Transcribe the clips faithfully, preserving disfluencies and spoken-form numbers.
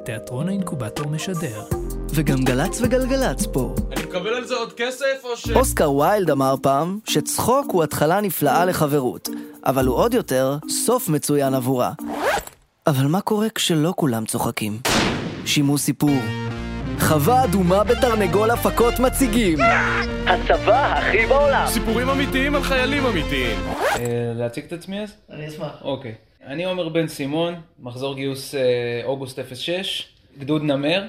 תיאטרון האינקובטור משדר. וגם גלץ וגלגלץ פה. אני מקבל על זה עוד כסף או ש... אוסקר ויילד אמר פעם שצחוק הוא התחלה נפלאה לחברות, אבל הוא עוד יותר סוף מצוין עבורה. אבל מה קורה כשלא כולם צוחקים? שימו סיפור. חווה אדומה בתרנגול הפקות מציגים. הצבא הכי בעולם. סיפורים אמיתיים על חיילים אמיתיים. להציג את עצמי אז? אני אשמח. אוקיי. אני עומר בן סימון, מחזור גיוס אוגוסט אפס שש, גדוד נמר,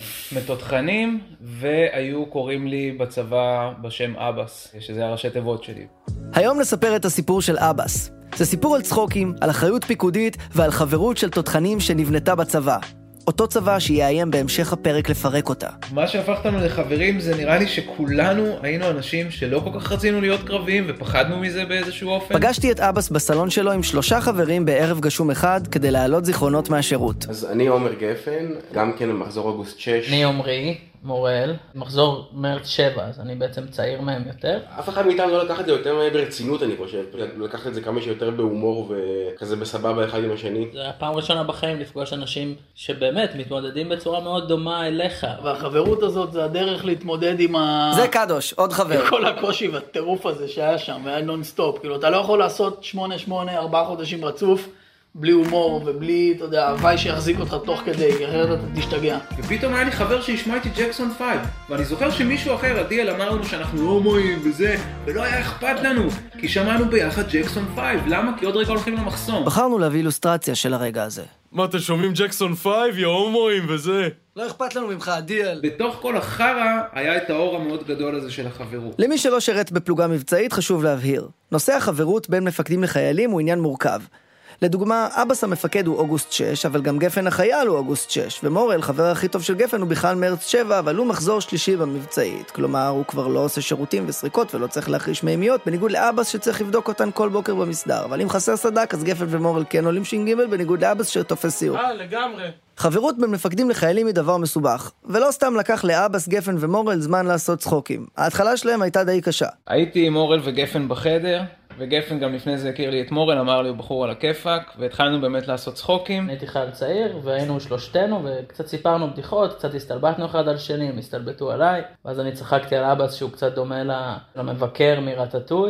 מתותחנים, והיו קוראים לי בצבא בשם אבס, שזה הראשי תיבות שלי. היום נספר את הסיפור של אבס. זה סיפור על צחוקים, על אחריות פיקודית ועל חברות של תותחנים שנבנתה בצבא. אותו צבא שיאיים בהמשך הפרק לפרק אותה. מה שהפך אותנו לחברים זה נראה לי שכולנו היינו אנשים שלא כל כך רצינו להיות קרביים ופחדנו מזה באיזשהו אופן. פגשתי את אבס בסלון שלו עם שלושה חברים בערב גשום אחד כדי להעלות זיכרונות מהשירות. אז אני עומר גפן, גם כן במחזור אוגוסט שש. אני עומרי מורל, מחזור מרץ שבע, אז אני בעצם צעיר מהם יותר. אף אחד מאיתנו לא לקח את זה יותר ברצינות, אני חושב. לקח את זה כמה שיותר בהומור וכזה בסבבה אחד עם השני. זה הפעם ראשונה בחיים לפגוש אנשים שבאמת מתמודדים בצורה מאוד דומה אליך. והחברות הזאת זה הדרך להתמודד עם ה... זה קדוש, עוד חבר. כל הקושי והטירוף הזה שהיה שם, והיה נונסטופ. כאילו, אתה לא יכול לעשות שמונה שמונה, ארבעה חודשים רצוף, בלי הומור ובלי, אתה יודע, הוואי שיחזיק אותך תוך כדי, אחרת אתה תשתגע. ופתאום היה לי חבר שישמע איתי ג'קסון פייב, ואני זוכר שמישהו אחר, עדיאל, אמר לנו שאנחנו לא הומואים וזה, ולא היה אכפת לנו, כי שמענו ביחד ג'קסון פייב. למה? כי עוד רגע הולכים למחסום. בחרנו להביא אילוסטרציה של הרגע הזה. מה, אתם שומעים ג'קסון פייב, יא הומואים וזה? לא אכפת לנו ממך, עדיאל. בתוך כל החרה היה את האור המאוד גדול הזה של החברות. למי שלא שרת בפלוגה מבצעית חשוב להבהיר. נושא החברות בין מפקדים לחיילים הוא עניין מורכב. לדוגמה, אבס המפקד הוא אוגוסט שש, אבל גם גפן החייל הוא אוגוסט שש, ומורל, חבר הכי טוב של גפן, הוא בכלל מרץ שבע, אבל הוא מחזור שלישי במבצעית. כלומר, הוא כבר לא עושה שירותים וסריקות ולא צריך להחריש מימיות, בניגוד לאבס שצריך לבדוק אותן כל בוקר במסדר. אבל אם חסר סדק, אז גפן ומורל כן עולים ש"ג, בניגוד לאבס שתופס סיור. אה, לגמרי. חברות בין מפקדים לחיילים היא דבר מסובך, ולא סתם לקח לאבס, גפן ומורל זמן לעשות צחוקים. ההתחלה שלהם הייתה די קשה. הייתי עם מורל וגפן בחדר, וגפן גם לפני זה הכיר לי את מורל, אמר לי הוא בחור על הכיפק, והתחלנו באמת לעשות צחוקים. הייתי חייל צעיר, והיינו שלושתנו, וקצת סיפרנו בדיחות, קצת הסתלבטנו אחד על שני, הם הסתלבטו עליי, ואז אני צחקתי על אבס שהוא קצת דומה למבקר מרטטוי.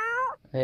הוא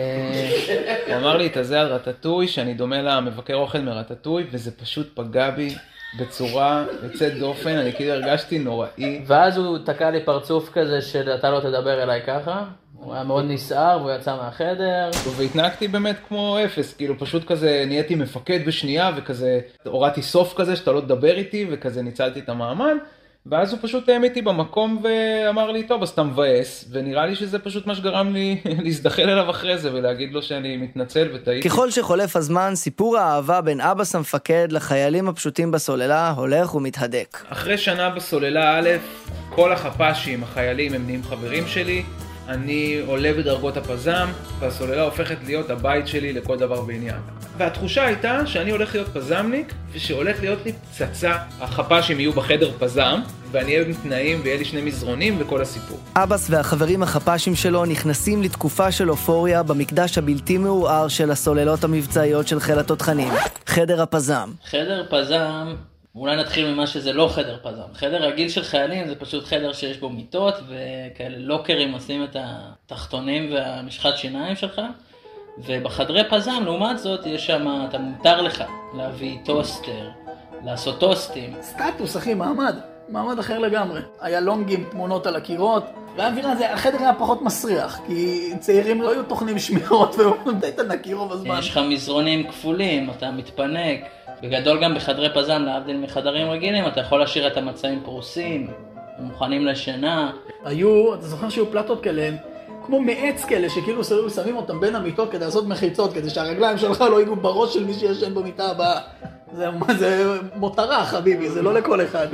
אמר לי את הזה על רטטוי, שאני דומה למבקר אוכל מרטטוי, וזה פשוט פגע בי בצורה יוצאת דופן, אני כאילו הרגשתי נוראי. ואז הוא תקע לי פרצוף כזה שאתה לא תדבר אליי ככה. הוא היה מאוד נסער והוא יצא מהחדר. והתנהגתי באמת כמו אפס, כאילו פשוט כזה נהייתי מפקד בשנייה וכזה הורדתי סוף כזה שאתה לא תדבר איתי וכזה ניצלתי את המעמד. ואז הוא פשוט העמיד אותי במקום ואמר לי, טוב, אז אתה מבאס, ונראה לי שזה פשוט מה שגרם לי להזדחל אליו אחרי זה ולהגיד לו שאני מתנצל וטעיתי. ככל שחולף הזמן, סיפור האהבה בין אבס המפקד לחיילים הפשוטים בסוללה הולך ומתהדק. אחרי שנה בסוללה א', כל החפ"שים, החיילים, הם נהיים חברים שלי. אני עולה בדרגות הפזם, והסוללה הופכת להיות הבית שלי לכל דבר בעניין. והתחושה הייתה שאני הולך להיות פזמניק, ושהולך להיות לי פצצה. החפ"שים יהיו בחדר פזם, ואני אהיה מתנאים ויהיה לי שני מזרונים וכל הסיפור. אבס והחברים החפ"שים שלו נכנסים לתקופה של אופוריה במקדש הבלתי מעורער של הסוללות המבצעיות של חיל התותחנים, חדר הפזם. חדר פזם, אולי נתחיל ממה שזה לא חדר פזם. חדר רגיל של חיילים זה פשוט חדר שיש בו מיטות וכאלה לוקרים עושים את התחתונים והמשחת שיניים שלך. ובחדרי פזם, לעומת זאת, יש שם, אתה מותר לך להביא טוסטר, לעשות טוסטים. סטטוס, אחי, מעמד. מעמד אחר לגמרי. היה לונגים, תמונות על הקירות. והמבינה זה, החדר היה פחות מסריח, כי צעירים לא היו תוכנים שמירות והיית נקי רוב הזמן. יש לך מזרונים כפולים, אתה מתפנק. בגדול גם בחדרי פזם, להבדיל מחדרים רגילים, אתה יכול להשאיר את המצעים פרוסים, מוכנים לשינה. היו, אתה זוכר שהיו פלטות כאלה, כמו מעץ כאלה, שכאילו שמים אותם בין המיטות כדי לעשות מחיצות, כדי שהרגליים שלך לא יגעו בראש של מי שישן במיטה הבאה. זה, זה מותרה, חביבי, זה לא לכל אחד.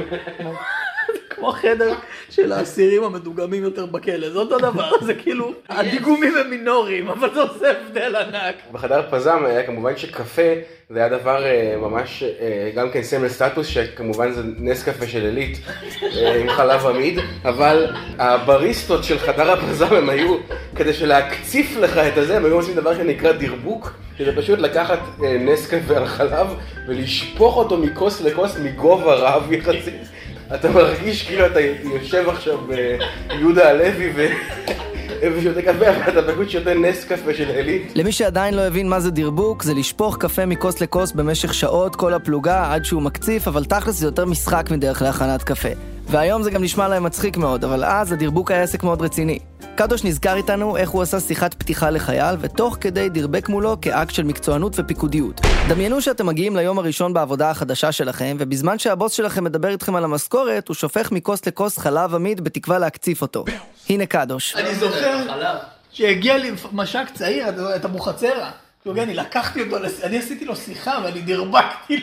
כמו חדר של האסירים המדוגמים יותר בכלא, זה אותו דבר, זה כאילו, הדיגומים הם מינוריים, אבל זה עושה הבדל ענק. בחדר פזם היה כמובן שקפה, זה היה דבר ממש, גם כן סמל סטטוס, שכמובן זה נס קפה של אלית, עם חלב עמיד, אבל הבריסטות של חדר הפזם הם היו, כדי שלהקציף לך את הזה, הם היו עושים דבר שנקרא דרבוק, שזה פשוט לקחת נס קפה על חלב ולשפוך אותו מכוס לכוס מגובה רב יחסית. אתה מרגיש כאילו אתה יושב עכשיו ביהודה הלוי ו... ושותה קפה, אבל אתה פשוט שותה נס קפה של עילית. למי שעדיין לא הבין מה זה דרבוק, זה לשפוך קפה מכוס לכוס במשך שעות כל הפלוגה עד שהוא מקציף, אבל תכלס זה יותר משחק מדרך להכנת קפה. והיום זה גם נשמע להם מצחיק מאוד, אבל אז הדרבוק היה עסק מאוד רציני. קדוש נזכר איתנו איך הוא עשה שיחת פתיחה לחייל, ותוך כדי דרבק מולו כאקט של מקצוענות ופיקודיות. דמיינו שאתם מגיעים ליום הראשון בעבודה החדשה שלכם, ובזמן שהבוס שלכם מדבר איתכם על המשכורת, הוא שופך מכוס לכוס חלב עמיד בתקווה להקציף אותו. הנה קדוש. אני זוכר שהגיע לי משק צעיר, את המוחצרה. אני לקחתי אותו, אני עשיתי לו שיחה ואני דרבקתי.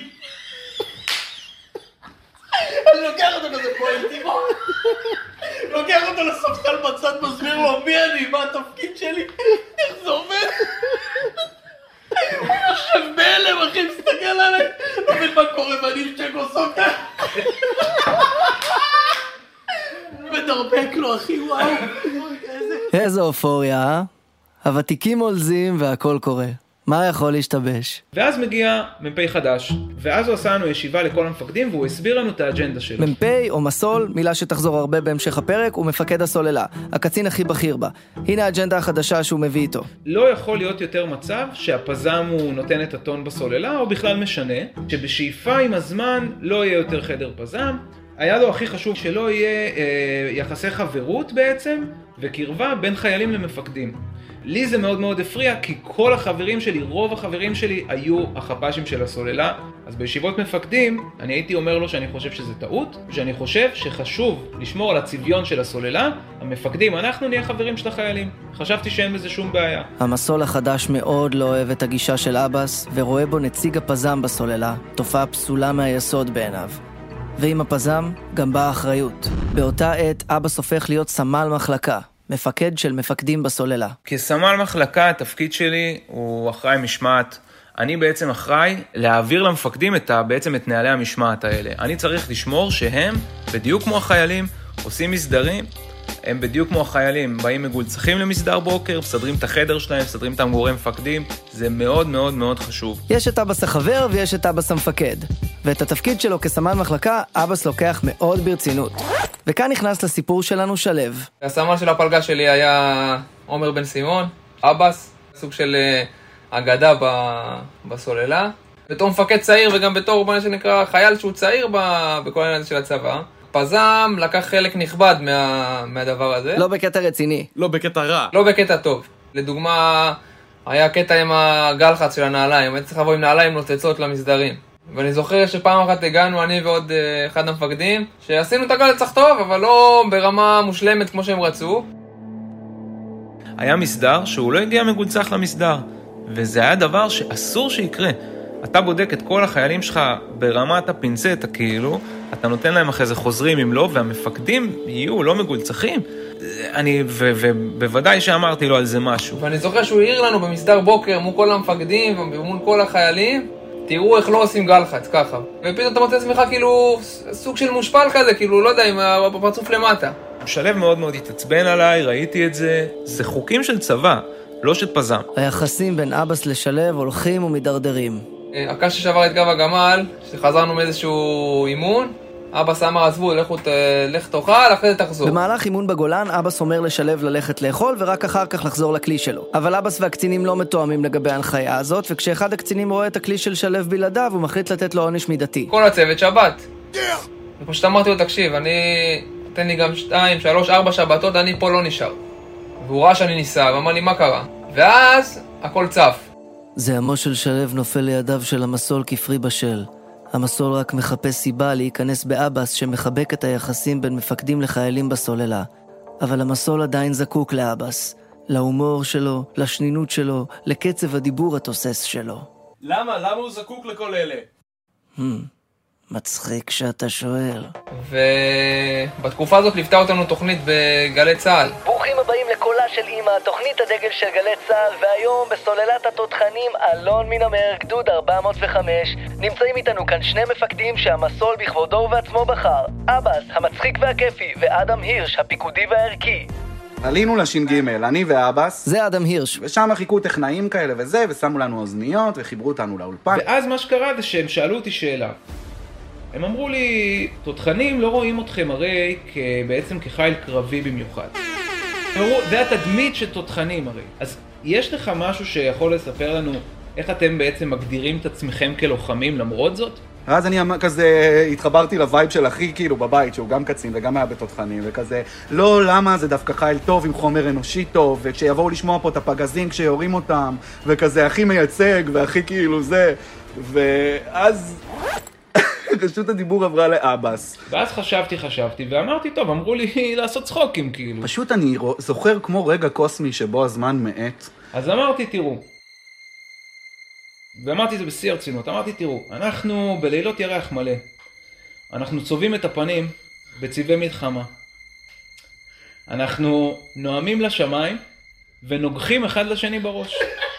אני לוקח אותו כזה פה אינטימו, לוקח אותו לספסל בצד, מסביר לו מי אני, מה התפקיד שלי, איך זה עובד. הוא יושב בהלם, אחי, מסתכל עליי, לא מבין מה קורה, ואני צ'קו סוקה. מדרבק לו, אחי, וואו. איזה אופוריה, אה? הוותיקים עולזים והכל קורה. מה יכול להשתבש? ואז מגיע מ"פ חדש, ואז הוא עשה לנו ישיבה לכל המפקדים, והוא הסביר לנו את האג'נדה שלו. מ"פ או מסול, מילה שתחזור הרבה בהמשך הפרק, הוא מפקד הסוללה, הקצין הכי בכיר בה. הנה האג'נדה החדשה שהוא מביא איתו. לא יכול להיות יותר מצב שהפזם הוא נותן את הטון בסוללה, או בכלל משנה, שבשאיפה עם הזמן לא יהיה יותר חדר פזם. היה לו הכי חשוב שלא יהיה אה, יחסי חברות בעצם, וקרבה בין חיילים למפקדים. לי זה מאוד מאוד הפריע, כי כל החברים שלי, רוב החברים שלי, היו החפ"שים של הסוללה. אז בישיבות מפקדים, אני הייתי אומר לו שאני חושב שזה טעות, שאני חושב שחשוב לשמור על הצביון של הסוללה, המפקדים, אנחנו נהיה חברים של החיילים. חשבתי שאין בזה שום בעיה. המסול החדש מאוד לא אוהב את הגישה של אבס, ורואה בו נציג הפזם בסוללה, תופעה פסולה מהיסוד בעיניו. ועם הפזם, גם באה אחריות. באותה עת, אבס הופך להיות סמל מחלקה. מפקד של מפקדים בסוללה. כסמל מחלקה, התפקיד שלי הוא אחראי משמעת. אני בעצם אחראי להעביר למפקדים את, בעצם את נהלי המשמעת האלה. אני צריך לשמור שהם, בדיוק כמו החיילים, עושים מסדרים, הם בדיוק כמו החיילים, באים מגולצחים למסדר בוקר, מסדרים את החדר שלהם, מסדרים את המגורי מפקדים, זה מאוד מאוד מאוד חשוב. יש את אבס החבר ויש את אבס המפקד. ואת התפקיד שלו כסמל מחלקה, אבס לוקח מאוד ברצינות. וכאן נכנס לסיפור שלנו שלב. הסמל של הפלגה שלי היה עומר בן סימון, אבס, סוג של אגדה בסוללה. בתור מפקד צעיר וגם בתור מה שנקרא חייל שהוא צעיר בכל העניין הזה של הצבא. פזם לקח חלק נכבד מה, מהדבר הזה. לא בקטע רציני. לא בקטע רע. לא בקטע טוב. לדוגמה, היה קטע עם הגלחץ של הנעליים. הייתי צריך לבוא עם נעליים נוצצות למסדרים. ואני זוכר שפעם אחת הגענו, אני ועוד אחד המפקדים, שעשינו את הגלצח טוב, אבל לא ברמה מושלמת כמו שהם רצו. היה מסדר שהוא לא הגיע מגולצח למסדר, וזה היה דבר שאסור שיקרה. אתה בודק את כל החיילים שלך ברמת הפינצטה כאילו, אתה נותן להם אחרי זה חוזרים אם לא, והמפקדים יהיו לא מגולצחים. אני, ובוודאי שאמרתי לו על זה משהו. ואני זוכר שהוא העיר לנו במסדר בוקר מול כל המפקדים ומול כל החיילים, תראו איך לא עושים גלחץ, ככה. ופתאום אתה מוצא עצמך כאילו סוג של מושפל כזה, כאילו לא יודע, עם הפרצוף למטה. שלב מאוד מאוד התעצבן עליי, ראיתי את זה. זה חוקים של צבא, לא של פזם. היחסים בין אבס לשלב הולכים ומדרדרים. הקש ששבר את גב הגמל, שחזרנו מאיזשהו אימון, אבס אמר עזבו, לך תאכל, אחרי זה תחזור. במהלך אימון בגולן, אבס אומר לשלב ללכת לאכול ורק אחר כך לחזור לכלי שלו. אבל אבס והקצינים לא מתואמים לגבי ההנחיה הזאת, וכשאחד הקצינים רואה את הכלי של שלב בלעדיו, הוא מחליט לתת לו עונש מידתי. כל הצוות שבת. ופשוט אמרתי לו, תקשיב, אני... תן לי גם שתיים, שלוש, ארבע שבתות, אני פה לא נשאר. והוא ראה שאני ניסה, ואמר לי, מה קרה? ואז הכל צף. זעמו של שלב נופל לידיו של המסול כפרי בשל. המסול רק מחפש סיבה להיכנס באבס שמחבק את היחסים בין מפקדים לחיילים בסוללה. אבל המסול עדיין זקוק לאבס, להומור שלו, לשנינות שלו, לקצב הדיבור התוסס שלו. למה? למה הוא זקוק לכל אלה? Hmm, מצחיק שאתה שואל. ובתקופה הזאת ליוותה אותנו תוכנית בגלי צהל. ברוכים הבאים לקולה של אמא, תוכנית הדגל של גלי צהל, והיום בסוללת התותחנים אלון מנמר, גדוד ארבע מאות וחמש. נמצאים איתנו כאן שני מפקדים שהמסול בכבודו ובעצמו בחר, אבס, המצחיק והכיפי, ואדם הירש, הפיקודי והערכי. עלינו לשין ג', אני ואבס. זה אדם הירש. ושם חיכו טכנאים כאלה וזה, ושמו לנו אוזניות, וחיברו אותנו לאולפן. ואז מה שקרה זה שהם שאלו אותי שאלה. הם אמרו לי, תותחנים לא רואים אתכם הרי בעצם כחיל קרבי במיוחד. הם אמרו, זה התדמית של תותחנים הרי. אז יש לך משהו שיכול לספר לנו איך אתם בעצם מגדירים את עצמכם כלוחמים למרות זאת? אז אני כזה התחברתי לווייב של אחי כאילו בבית, שהוא גם קצין וגם היה בתותחנים, וכזה, לא, למה זה דווקא חיל טוב עם חומר אנושי טוב, וכשיבואו לשמוע פה את הפגזים כשיורים אותם, וכזה הכי מייצג והכי כאילו זה, ואז רשות הדיבור עברה לאבס. ואז חשבתי, חשבתי, ואמרתי, טוב, אמרו לי לעשות צחוקים כאילו. פשוט אני זוכר כמו רגע קוסמי שבו הזמן מעט. אז אמרתי, תראו, ואמרתי את זה בשיא הרצינות, אמרתי, תראו, אנחנו בלילות ירח מלא, אנחנו צובעים את הפנים בצבעי מלחמה, אנחנו נועמים לשמיים ונוגחים אחד לשני בראש.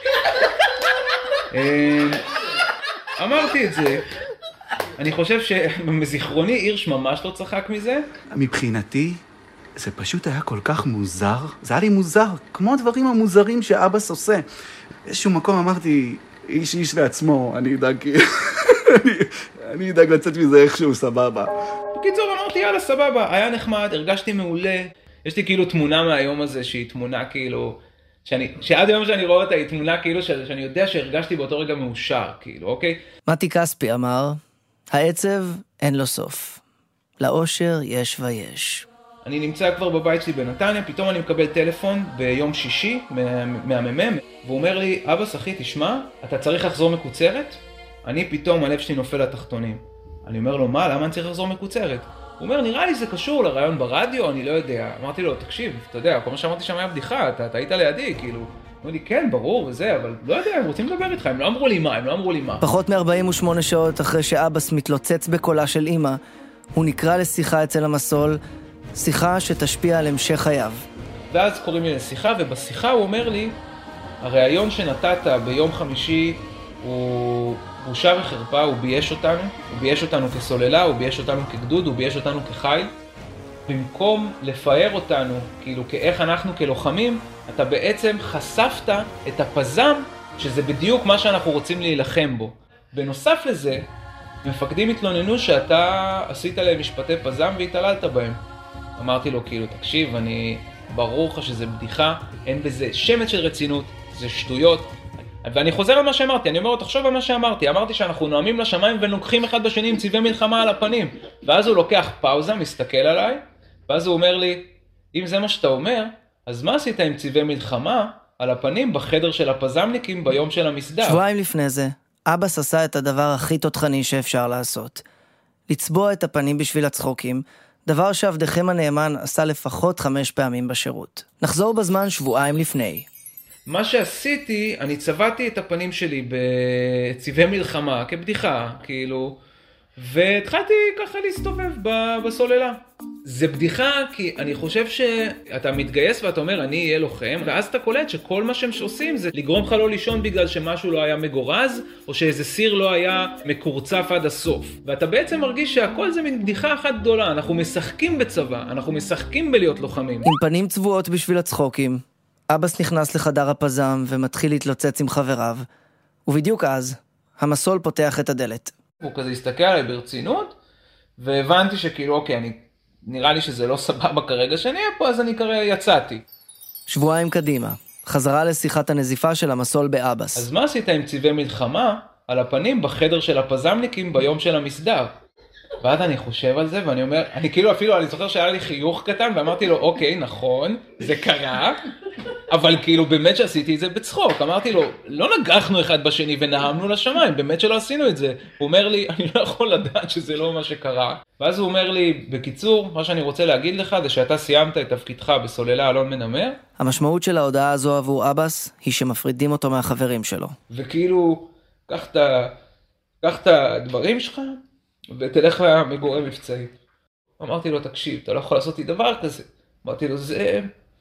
אמרתי את זה, אני חושב שבזיכרוני הירש ממש לא צחק מזה. מבחינתי, זה פשוט היה כל כך מוזר, זה היה לי מוזר, כמו הדברים המוזרים שאבס עושה. באיזשהו מקום אמרתי, איש איש לעצמו, אני אדאג, אני, אני אדאג לצאת מזה איכשהו סבבה. בקיצור, אמרתי, יאללה, סבבה, היה נחמד, הרגשתי מעולה. יש לי כאילו תמונה מהיום הזה, שהיא תמונה כאילו, שאני, שעד היום שאני רואה אותה, היא תמונה כאילו, שאני יודע שהרגשתי באותו רגע מאושר, כאילו, אוקיי? מתי כספי אמר, העצב אין לו סוף. לאושר יש ויש. אני נמצא כבר בבית שלי בנתניה, פתאום אני מקבל טלפון ביום שישי מהממם, והוא אומר לי, אבס אחי, תשמע, אתה צריך לחזור מקוצרת? אני פתאום, הלב שלי נופל לתחתונים. אני אומר לו, מה, למה אני צריך לחזור מקוצרת? הוא אומר, נראה לי זה קשור לרעיון ברדיו, אני לא יודע. אמרתי לו, תקשיב, אתה יודע, כל מה שאמרתי שם היה בדיחה, אתה, אתה היית לידי, כאילו. אמרו לי, כן, ברור, וזה, אבל לא יודע, הם רוצים לדבר איתך, הם לא אמרו לי מה, הם לא אמרו לי מה. פחות מ-ארבעים ושמונה שעות אחרי שאבס מתלוצץ בקולה של אמא, הוא נקרא לשיחה אצל המסול, שיחה שתשפיע על המשך חייו. ואז קוראים לי לשיחה, ובשיחה הוא אומר לי, הרעיון שנתת ביום חמישי הוא בושה וחרפה, הוא בייש אותנו, הוא בייש אותנו כסוללה, הוא בייש אותנו כגדוד, הוא בייש אותנו כחיל. במקום לפאר אותנו, כאילו כאיך אנחנו כלוחמים, אתה בעצם חשפת את הפזם, שזה בדיוק מה שאנחנו רוצים להילחם בו. בנוסף לזה, מפקדים התלוננו שאתה עשית להם משפטי פזם והתעללת בהם. אמרתי לו, כאילו, תקשיב, אני ברור לך שזה בדיחה, אין בזה שמץ של רצינות, זה שטויות. ואני חוזר על מה שאמרתי, אני אומר לו, תחשוב על מה שאמרתי. אמרתי שאנחנו נועמים לשמיים ונוקחים אחד בשני עם צבעי מלחמה על הפנים. ואז הוא לוקח פאוזה, מסתכל עליי, ואז הוא אומר לי, אם זה מה שאתה אומר, אז מה עשית עם צבעי מלחמה על הפנים בחדר של הפזמניקים ביום של המסדר? שבועיים לפני זה, אבס עשה את הדבר הכי תותחני שאפשר לעשות. לצבוע את הפנים בשביל הצחוקים, דבר שעבדכם הנאמן עשה לפחות חמש פעמים בשירות. נחזור בזמן שבועיים לפני. מה שעשיתי, אני צבעתי את הפנים שלי בצבעי מלחמה, כבדיחה, כאילו, והתחלתי ככה להסתובב בסוללה. זה בדיחה כי אני חושב שאתה מתגייס ואתה אומר אני אהיה לוחם, ואז אתה קולט שכל מה שהם שעושים זה לגרום לך לא לישון בגלל שמשהו לא היה מגורז, או שאיזה סיר לא היה מקורצף עד הסוף. ואתה בעצם מרגיש שהכל זה מין בדיחה אחת גדולה, אנחנו משחקים בצבא, אנחנו משחקים בלהיות לוחמים. עם פנים צבועות בשביל הצחוקים, אבס נכנס לחדר הפזם ומתחיל להתלוצץ עם חבריו, ובדיוק אז, המסול פותח את הדלת. הוא כזה הסתכל עליי ברצינות, והבנתי שכאילו, אוקיי, אני, נראה לי שזה לא סבבה כרגע שאני אהיה פה, אז אני כרגע יצאתי. שבועיים קדימה, חזרה לשיחת הנזיפה של המסול באבס. אז מה עשית עם צבעי מלחמה על הפנים בחדר של הפזמניקים ביום של המסדר? ואז אני חושב על זה, ואני אומר, אני כאילו אפילו, אני זוכר שהיה לי חיוך קטן, ואמרתי לו, אוקיי, נכון, זה קרה, אבל כאילו באמת שעשיתי את זה בצחוק. אמרתי לו, לא נגחנו אחד בשני ונעמנו לשמיים, באמת שלא עשינו את זה. הוא אומר לי, אני לא יכול לדעת שזה לא מה שקרה. ואז הוא אומר לי, בקיצור, מה שאני רוצה להגיד לך, זה שאתה סיימת את תפקידך בסוללה אלון מנמר. המשמעות של ההודעה הזו עבור אבס, היא שמפרידים אותו מהחברים שלו. וכאילו, קח את הדברים שלך, ותלך למגורי מבצעי. אמרתי לו, תקשיב, אתה לא יכול לעשות לי דבר כזה. אמרתי לו, זה...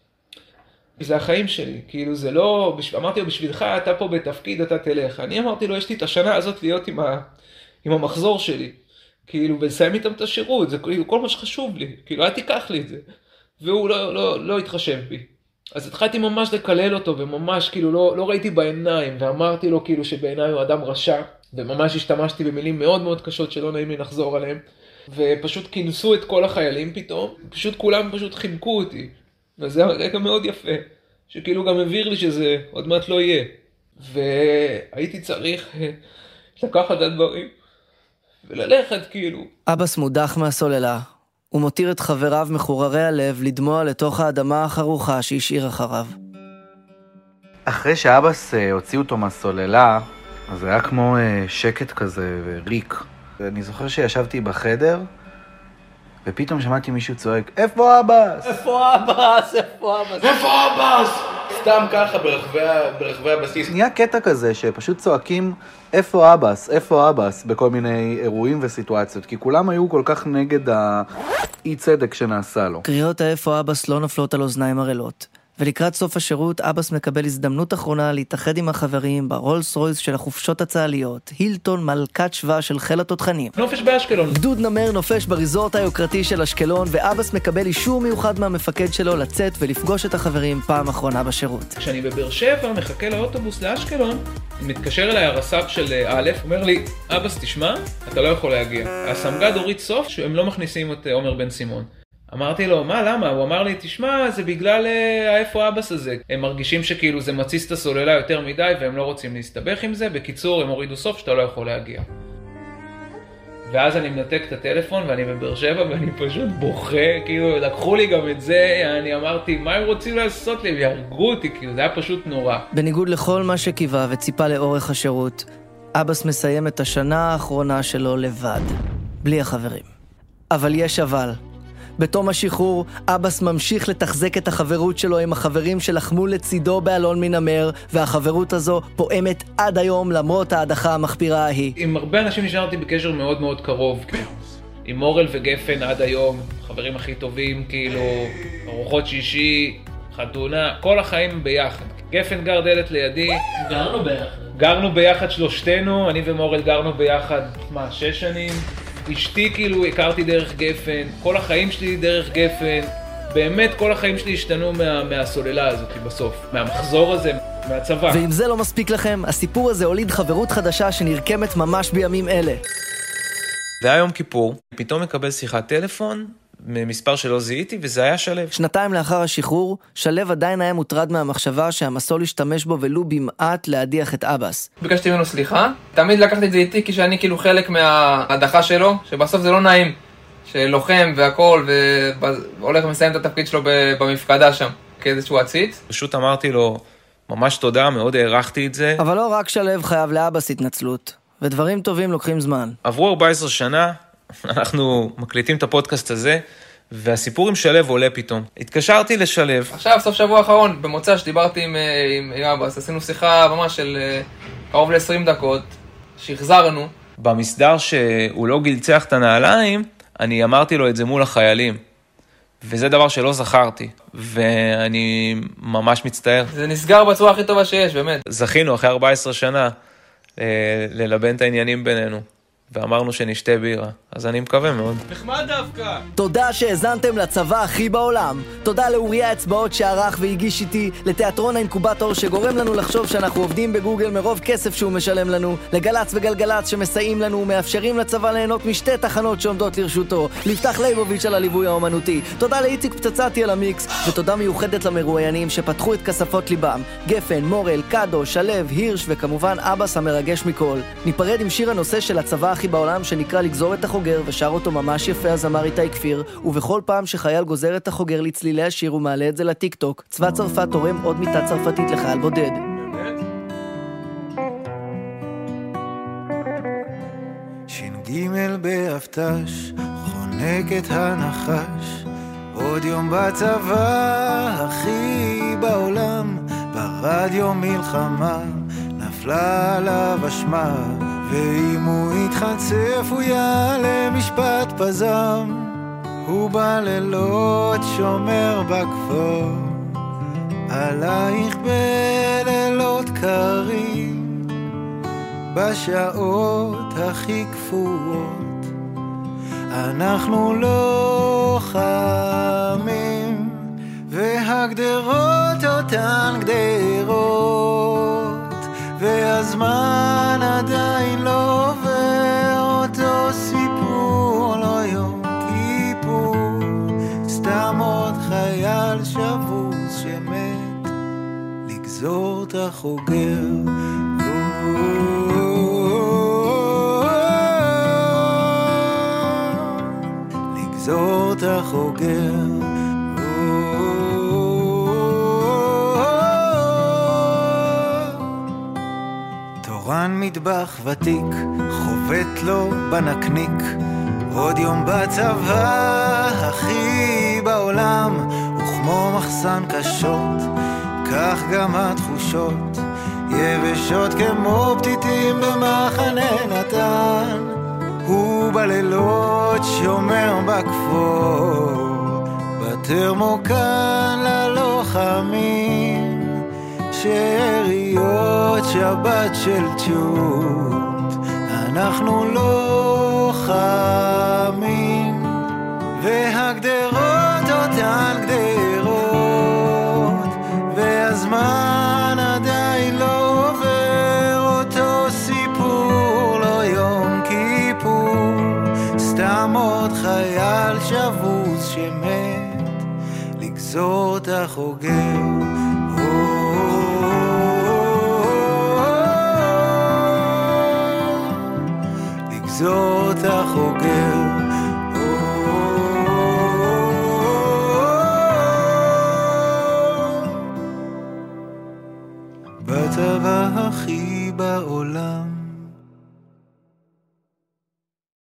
זה החיים שלי, כאילו זה לא... אמרתי לו, בשבילך אתה פה בתפקיד, אתה תלך. אני אמרתי לו, יש לי את השנה הזאת להיות עם, ה... עם המחזור שלי. כאילו, ולסיים איתם את השירות, זה כאילו כל מה שחשוב לי. כאילו, אל תיקח לי את זה. והוא לא, לא, לא התחשב בי. אז התחלתי ממש לקלל אותו, וממש כאילו לא, לא ראיתי בעיניים, ואמרתי לו כאילו שבעיניי הוא אדם רשע, וממש השתמשתי במילים מאוד מאוד קשות שלא נעים לי לחזור עליהם, ופשוט כינסו את כל החיילים פתאום, פשוט כולם פשוט חיבקו אותי, וזה רגע מאוד יפה, שכאילו גם הבהיר לי שזה עוד מעט לא יהיה, והייתי צריך לקחת את הדברים, וללכת כאילו. אבס מודח מהסוללה. הוא מותיר את חבריו מחוררי הלב לדמוע לתוך האדמה החרוכה שהשאיר אחריו. אחרי שאבס הוציא אותו מהסוללה, אז זה היה כמו שקט כזה וריק. ואני זוכר שישבתי בחדר, ופתאום שמעתי מישהו צועק, איפה אבס? איפה אבס? איפה אבס? איפה אבס? סתם ככה ברחבי הבסיס. נהיה קטע כזה שפשוט צועקים, איפה אבס? איפה אבס? בכל מיני אירועים וסיטואציות, כי כולם היו כל כך נגד האי צדק שנעשה לו. קריאות האיפה אבס לא נופלות על אוזניים ערלות. ולקראת סוף השירות, אבס מקבל הזדמנות אחרונה להתאחד עם החברים ברולס רויס של החופשות הצהליות, הילטון מלכת שווה של חיל התותחנים. נופש באשקלון. גדוד נמר נופש בריזורט היוקרתי של אשקלון, ואבס מקבל אישור מיוחד מהמפקד שלו לצאת ולפגוש את החברים פעם אחרונה בשירות. כשאני בבאר שבע מחכה לאוטובוס לאשקלון, מתקשר אליי הרס"פ של א', אומר לי, אבס תשמע, אתה לא יכול להגיע. הסמג"ד הוריד סוף שהם לא מכניסים את עומר בן סימון. אמרתי לו, מה, למה? הוא אמר לי, תשמע, זה בגלל האיפה אבס הזה. הם מרגישים שכאילו זה מציס את הסוללה יותר מדי, והם לא רוצים להסתבך עם זה. בקיצור, הם הורידו סוף שאתה לא יכול להגיע. ואז אני מנתק את הטלפון, ואני בבאר שבע, ואני פשוט בוכה, כאילו, לקחו לי גם את זה, אני אמרתי, מה הם רוצים לעשות לי? הם יהרגו אותי, כאילו, זה היה פשוט נורא. בניגוד לכל מה שקיווה וציפה לאורך השירות, אבס מסיים את השנה האחרונה שלו לבד, בלי החברים. אבל יש אבל. בתום השחרור, אבס ממשיך לתחזק את החברות שלו עם החברים שלחמו לצידו באלון מנמר, והחברות הזו פועמת עד היום למרות ההדחה המחפירה ההיא. עם הרבה אנשים נשארתי בקשר מאוד מאוד קרוב, עם מורל וגפן עד היום, חברים הכי טובים, כאילו, ארוחות שישי, חתונה, כל החיים ביחד. גפן גר דלת לידי. גרנו ביחד. גרנו ביחד שלושתנו, אני ומורל גרנו ביחד, מה, שש שנים? אשתי כאילו הכרתי דרך גפן, כל החיים שלי דרך גפן, באמת כל החיים שלי השתנו מה, מהסוללה הזאת בסוף, מהמחזור הזה, מהצבא. ואם זה לא מספיק לכם, הסיפור הזה הוליד חברות חדשה שנרקמת ממש בימים אלה. זה היה יום כיפור, פתאום מקבל שיחת טלפון, ממספר שלא זיהיתי, וזה היה שלב. שנתיים לאחר השחרור, שלב עדיין היה מוטרד מהמחשבה שהמסול השתמש בו ולו במעט להדיח את אבס. ביקשתי ממנו סליחה, תמיד לקחתי את זה איתי כשאני כאילו חלק מההדחה שלו, שבסוף זה לא נעים, שלוחם והכל, והולך ומסיים את התפקיד שלו במפקדה שם, כאיזשהו עציץ. פשוט אמרתי לו, ממש תודה, מאוד הערכתי את זה. אבל לא רק שלב חייב לאבס התנצלות, ודברים טובים לוקחים זמן. עברו ארבע עשרה שנה, אנחנו מקליטים את הפודקאסט הזה, והסיפור עם שלב עולה פתאום. התקשרתי לשלב. עכשיו, סוף שבוע האחרון, במוצא שדיברתי עם, עם, עם אבס, עשינו שיחה ממש של קרוב ל-עשרים דקות, שהחזרנו. במסדר שהוא לא גלצח את הנעליים, אני אמרתי לו את זה מול החיילים. וזה דבר שלא זכרתי, ואני ממש מצטער. זה נסגר בצורה הכי טובה שיש, באמת. זכינו אחרי ארבע עשרה שנה ללבן את העניינים בינינו. ואמרנו שנשתה בירה, אז אני מקווה מאוד. נחמד דווקא. תודה שהזנתם לצבא הכי בעולם. תודה לאוריה אצבעות שערך והגיש איתי, לתיאטרון האינקובטור שגורם לנו לחשוב שאנחנו עובדים בגוגל מרוב כסף שהוא משלם לנו, לגלץ וגלגלץ שמסייעים לנו ומאפשרים לצבא ליהנות משתי תחנות שעומדות לרשותו, לפתח ליבוביץ' על הליווי האומנותי. תודה לאיציק פצצתי על המיקס, ותודה מיוחדת למרואיינים שפתחו את כספות ליבם, גפן, מורל, קדו, שלב, הירש וכמובן אבס המרגש מכל. ניפרד עם שיר הנושא של הצבא הכי בעולם שנקרא לגזור את החוגר, ושר אותו ממש יפה הזמר איתי כפיר, ובכל פעם שחייל גוזר את החוגר לצלילי השיר ומעלה את זה לטיק טוק, צבא צרפת תורם עוד מיטה צרפתית לחייל בודד. ש"ג באבטש חונק את הנחש, עוד יום בצבא הכי בעולם, ברדיו מלחמה נפלה עליו אשמה, ואם הוא יתחצף הוא יעלה משפט פזם, הוא בלילות שומר בכפור עלייך בלילות קרים, בשעות הכי כפורות אנחנו לוחמים, והגדרות אותן גדרות, והזמן עדיין לא עובר, אותו סיפור לא יום כיפור, סתם עוד חייל שבוס שמת לגזור את החוגר. לגזור את החוגר. תורן מטבח ותיק חובט לו בנקניק, עוד יום בצבא הכי בעולם, וכמו מחסן קשות כך גם התחושות יבשות כמו פתיתים במחנה נתן. הוא בלילות שומר בכפור, בתרמוקן ללוחמים, שאריות שבת של צ'וט, אנחנו לוחמים. והגדרות אותן גדרות, והזמן עדיין לא עובר, אותו סיפור לא יום כיפור, סתם עוד חייל שבוס שמת לגזור את החוגר.